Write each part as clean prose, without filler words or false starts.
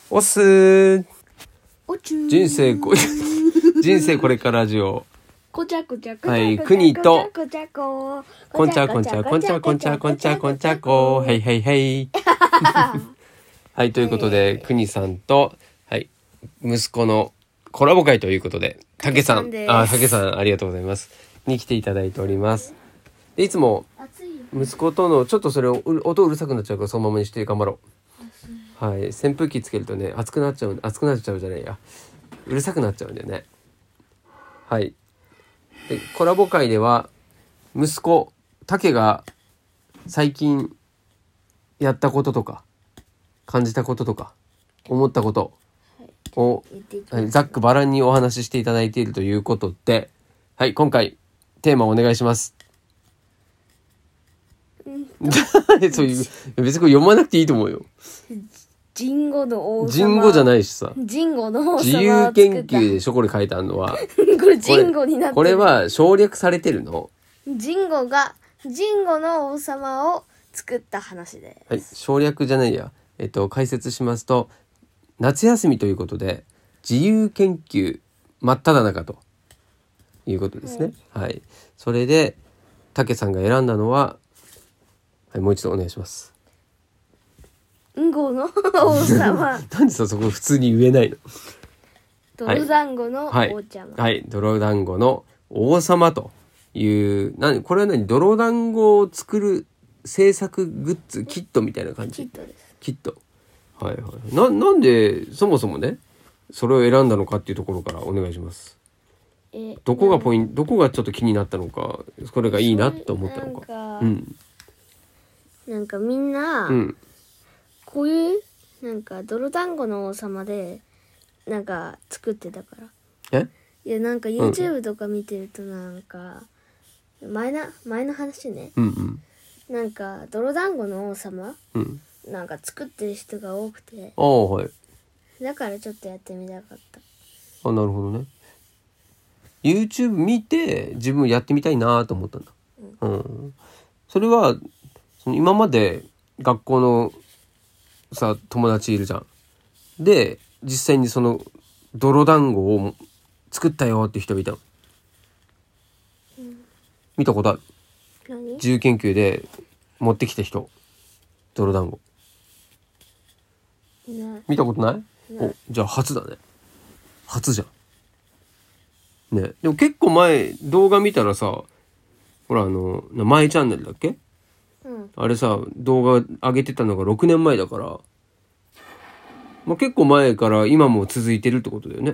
おっすーおちゅー人生これからラジオこちゃこちゃこちゃはいこちゃ国とこちゃここんちゃこんちゃこんちゃこんちゃこんちゃこんちゃこへいへいへいはいということで国さんとはい息子のコラボ会ということでたけさんありがとうございますに来ていただいておりますでいつも息子とのちょっとそれを音うるさくなっちゃうからそのままにして頑張ろうはい扇風機つけるとね熱くなっちゃうじゃないやうるさくなっちゃうんだよねはいでコラボ会では息子タケが最近やったこととか感じたこととか思ったことを、ざっくばらんにお話ししていただいているということではい今回テーマをお願いしますそういう別にこれ読まなくていいと思うよジンゴの王様ジンゴじゃないしさジンゴの王様自由研究でしょこれ書いてあるのはこれジンゴになってるこれは省略されてるのジンゴの王様を作った話です。 はい省略じゃないや解説しますと夏休みということで自由研究真っ只中ということですね、はいそれでたけさんが選んだのは、はい、もう一度お願いしますンゴの王様なんでさそこ普通に言えないの泥団子の王ちゃま、 はい、泥団子の王様というこれは泥団子を作る制作グッズキットみたいな感じキットですキットはいはいなんでそもそもねそれを選んだのかっていうところからお願いしますどこがちょっと気になったのかこれがいいなって思ったのかなんかみんな、こういうなんか泥団子の王様でなんか作ってたからいやなんか YouTube とか見てるとなんか、前の話ね、なんか泥団子の王様、なんか作ってる人が多くてだからちょっとやってみたかったなるほどね YouTube 見て自分やってみたいなと思ったんだ、それはその今まで学校のさ友達いるじゃんで実際にその泥団子を作ったよって人がいたの、見たことある自由研究で持ってきた人泥団子見たことない？おじゃあ初だね初じゃんねでも結構前動画見たらさほらマイチャンネルだっけ、あれさ動画上げてたのが6年前だから、結構前から今も続いてるってことだよね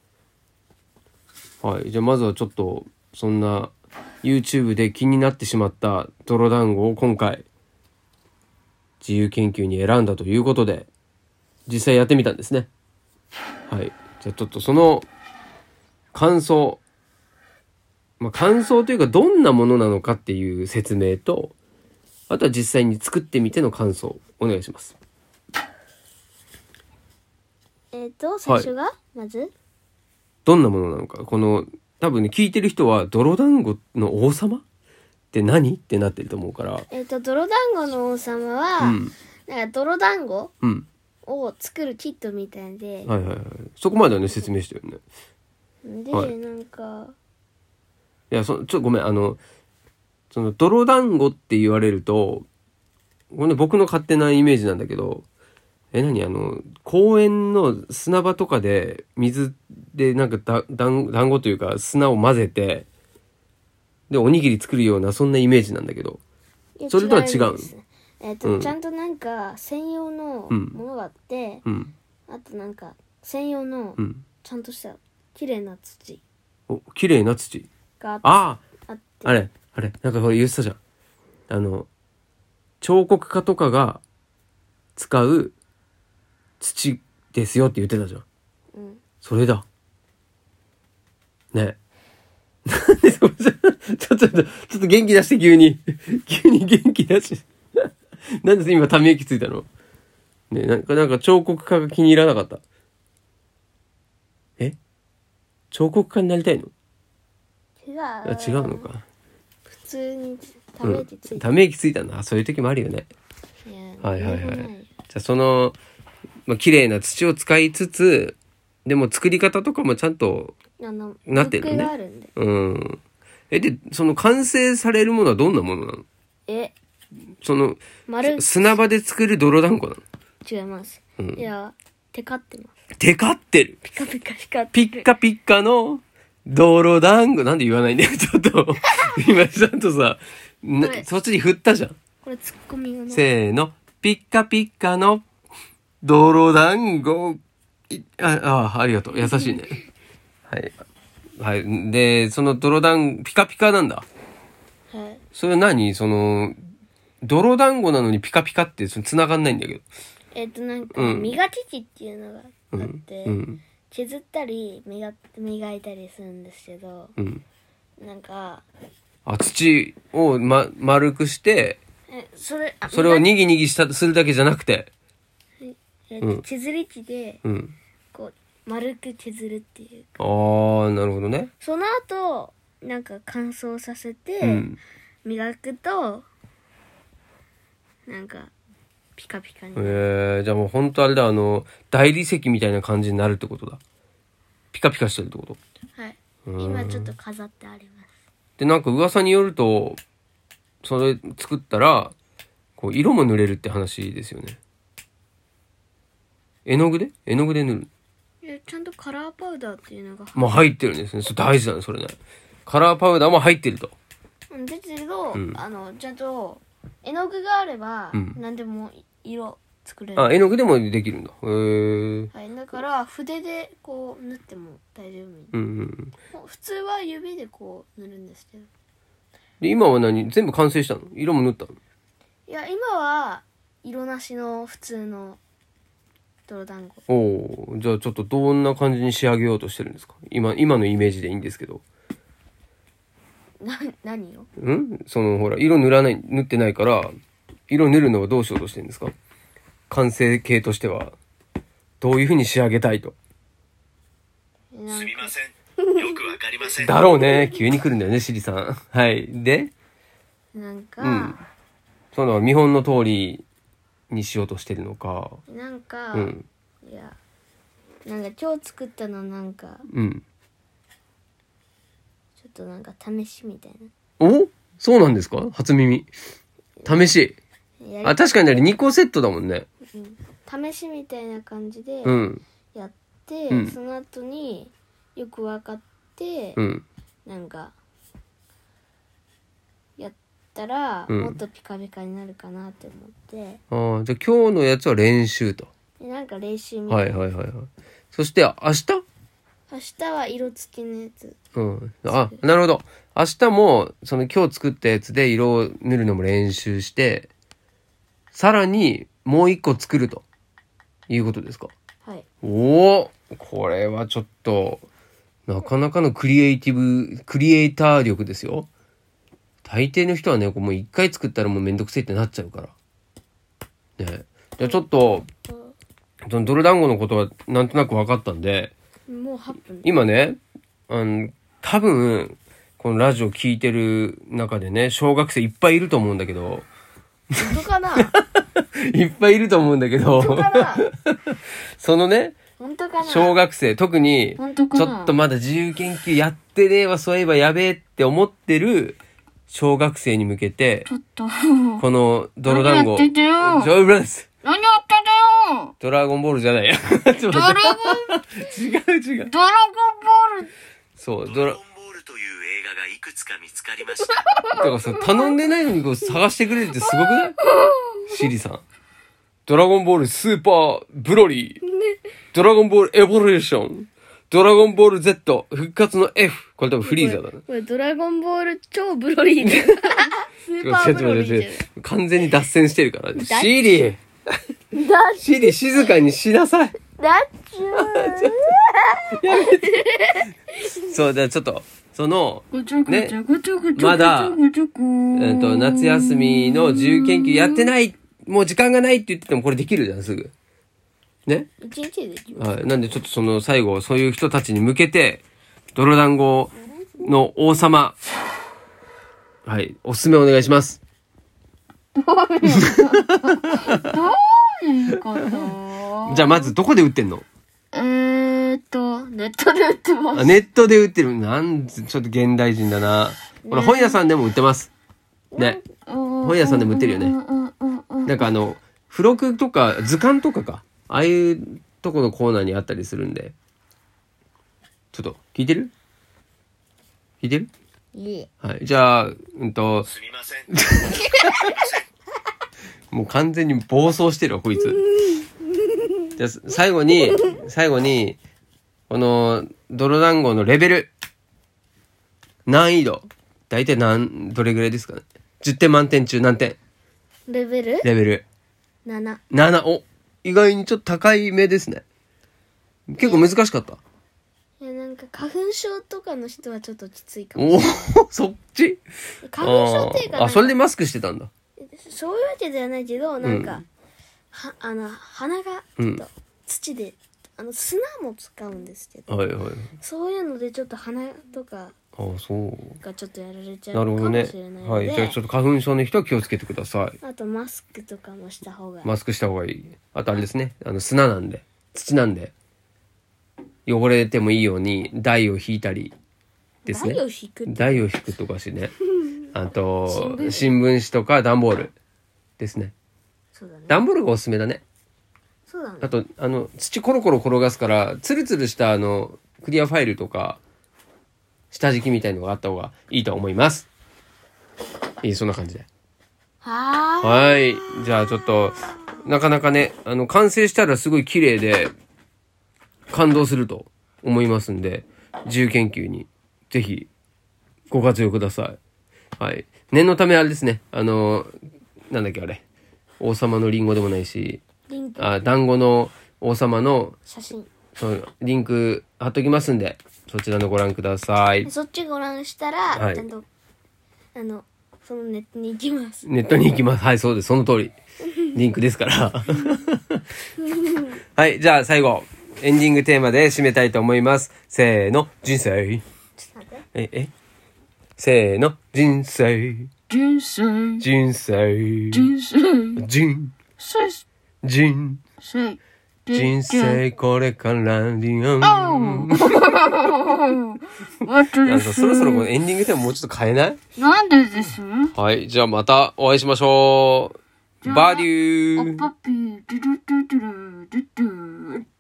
はいじゃあまずはちょっとそんな YouTube で気になってしまった泥団子を今回自由研究に選んだということで実際やってみたんですねはいじゃあちょっとその感想感想というかどんなものなのかっていう説明とあとは実際に作ってみての感想お願いします最初が、まずどんなものなのかこの多分ね聞いてる人は泥団子の王様って何ってなってると思うから泥団子の王様は、なんか泥団子を作るキットみたいで、 そこまではね説明してるねで、なんかいやちょっとごめんその泥団子って言われるとこれね僕の勝手なイメージなんだけど公園の砂場とかで水でなんか団子というか砂を混ぜてでおにぎり作るようなそんなイメージなんだけどそれとは違うちゃんとなんか専用のものがあって、あとなんか専用のちゃんとした綺麗な土綺麗な土があれなんかこれ言ってたじゃん彫刻家とかが使う土ですよって言ってたじゃん、それだねなんでそれちょっと元気出して急に元気出してなんで今ため息ついたのねなんか彫刻家が気に入らなかった彫刻家になりたいの違うのか普通にため息ついた、 ため息ついたんだそういう時もあるよねはいじゃあそのまあ綺麗な土を使いつつ、でも作り方とかもちゃんとなってるね。 があるんで。 うん。で、その完成されるものはどんなものなの？その、砂場で作る泥団子なの？ 違います。いや、テカってます。 テカってる。 ピカピカ光ってピッカピッカの泥団子。なんで言わないんだよ、ちょっと。今ちゃんとさ、そっちに振ったじゃん。 これツッコミの。 せーの。ピッカピッカの泥団子。ありがとう。優しいね。はい。はい。で、その泥団子、ピカピカなんだ。 はい。 それ何？泥団子なのにピカピカって繋がんないんだけど。 なんか、磨き機っていうのがあって、削ったり磨いたりするんですけど、なんか、 土を、丸くして、それをにぎにぎするだけじゃなくて、 削り機で、こう、丸く削るっていうか。 なるほどね。 その後、なんか乾燥させて、磨くと、なんか、ピカピカになる。 じゃあもうほんとあれだ、大理石みたいな感じになるってことだ。ピカピカしてるってこと？ はい。今ちょっと飾ってあります。 で、なんか噂によると、それ作ったら、こう、色も塗れるって話ですよね。絵の具で塗る？ ちゃんとカラーパウダーっていうのが入ってるんですね。それ大事だね、それね。カラーパウダーも入ってると。 ですけど、ちゃんと、絵の具があれば、何でも色作れる。 絵の具でもできるんだ。 はい、だから筆でこう塗っても大丈夫。普通は指でこう塗るんですけど。 で、今は全部完成したの？色も塗ったの？ いや、今は色なしの普通の泥団子。 じゃあちょっとどんな感じに仕上げようとしてるんですか？今のイメージでいいんですけど。 何を？ ほら、色塗ってないから、色塗るのはどうしようとしてるんですか？完成形としては、どういう風に仕上げたいと。 すみません。よくわかりません。 だろうね。急に来るんだよね、シリさん。はい。で、 なんか、 その見本の通りにしようとしてるのか。 なんか、いや、なんか今日作ったのなんか、ちょっとなんか試しみたいな。そうなんですか？初耳。試し。確かに2個セットだもんね。 試しみたいな感じでやって、その後によく分かって、なんかやったらもっとピカピカになるかなって思って。 じゃあ今日のやつは練習と。 なんか練習みたいな。 はい。そして明日は色付きのやつ。 なるほど。明日も今日作ったやつで色を塗るのも練習して、さらにもう一個作るということですか？ はい。 これはちょっとなかなかのクリエイター力ですよ。大抵の人はね、もう一回作ったらもうめんどくせえってなっちゃうから。ね。じゃあちょっとその泥団子のことはなんとなく分かったんで、 もう8分。 今ね、多分このラジオ聞いてる中でね、小学生いっぱいいると思うんだけど。 本当かな？ いっぱいいると思うんだけど。 本当かな？ そのね、 本当かな？ 小学生、特に、ちょっとまだ自由研究やってねえわ、そういえばやべえって思ってる小学生に向けて、 ちょっとこの泥団子。 何やってんだよ。 何やってんだよ。 ドラゴンボールじゃないや。違う。 ドラゴンボール。 そう、 ドラゴンボールという映画がいくつか見つかりました。 だからさ、頼んでないのに探してくれるってすごくない？シリさん。ドラゴンボールスーパーブロリー。ドラゴンボールエボリューション。ドラゴンボール Z 復活の F。これ多分フリーザだね。 これドラゴンボール超ブロリーだよ。スーパーブロリーじゃん。 完全に脱線してるから。シリシリ静かにしなさい。 だっちゅー。 やめて。そう、だちょっと、ね、まだ、夏休みの自由研究やってない、もう時間がないって言っててもこれできるじゃん、すぐ。ね。 一日でできます。 はい。なんでちょっと最後、そういう人たちに向けて、泥団子の王様、はい、おすすめお願いします。 どういうこと？ じゃあまずどこで売ってんの？ ネットで売ってます。 ネットで売ってる。ちょっと現代人だな。ほら、本屋さんでも売ってます。ね。本屋さんでも売ってるよね。なんか付録とか図鑑とかか。ああいうとこのコーナーにあったりするんで。ちょっと、聞いてる？いい。はい。じゃあ、 すみません。 もう完全に暴走してるわ、こいつ。じゃあ、最後に、この、泥団子のレベル。難易度。だいたいどれぐらいですかね。10点満点中何点？ レベル 7。 お、意外にちょっと高い目ですね。結構難しかった。 いや、なんか花粉症とかの人はちょっときついかもしれない。 おそっち？ 花粉症っていうかそれでマスクしてたんだ。 そういうわけではないけど、なんか、鼻がちょっと土で、砂も使うんですけど、 はいはい。 そういうのでちょっと鼻とかそうがちょっとやられちゃうかもしれないので、 はい。じゃあちょっと花粉症の人は気をつけてください。 あとマスクとかもした方がいい。 マスクした方がいい。あとあれですね。砂なんで、土なんで、汚れてもいいように台を引いたりですね。台を引くとかしね。あと、新聞紙とか段ボールですね。 そうだね。 段ボールがおすすめだね。 そうだね。 あと、土コロコロ転がすから、ツルツルしたクリアファイルとか、下敷きみたいのがあった方がいいと思います。そんな感じで。はい。じゃあちょっと、なかなかね、完成したらすごい綺麗で、感動すると思いますんで、自由研究に、ぜひ、ご活用ください。はい。念のためあれですね、なんだっけあれ。王様のリンゴでもないし、団子の王様の写真。 そう、リンク貼っときますんで、そちらのご覧ください。 そっちご覧したら、はい、ちゃんと、そのネットに行きます。 ネットに行きます。はい、そうです。その通り。リンクですから。はい、じゃあ最後、エンディングテーマで締めたいと思います。せーの、人生。 ちょっと待って。 せーの、人生。 人生。 人生。 人生。 人生。人生これからリアン。なんかそろそろこのエンディングテーマもうちょっと変えない？ なんでです？ はい、じゃあまたお会いしましょう。バデュー。 おっぱっぴー、ドゥドゥドゥドゥドゥドゥ。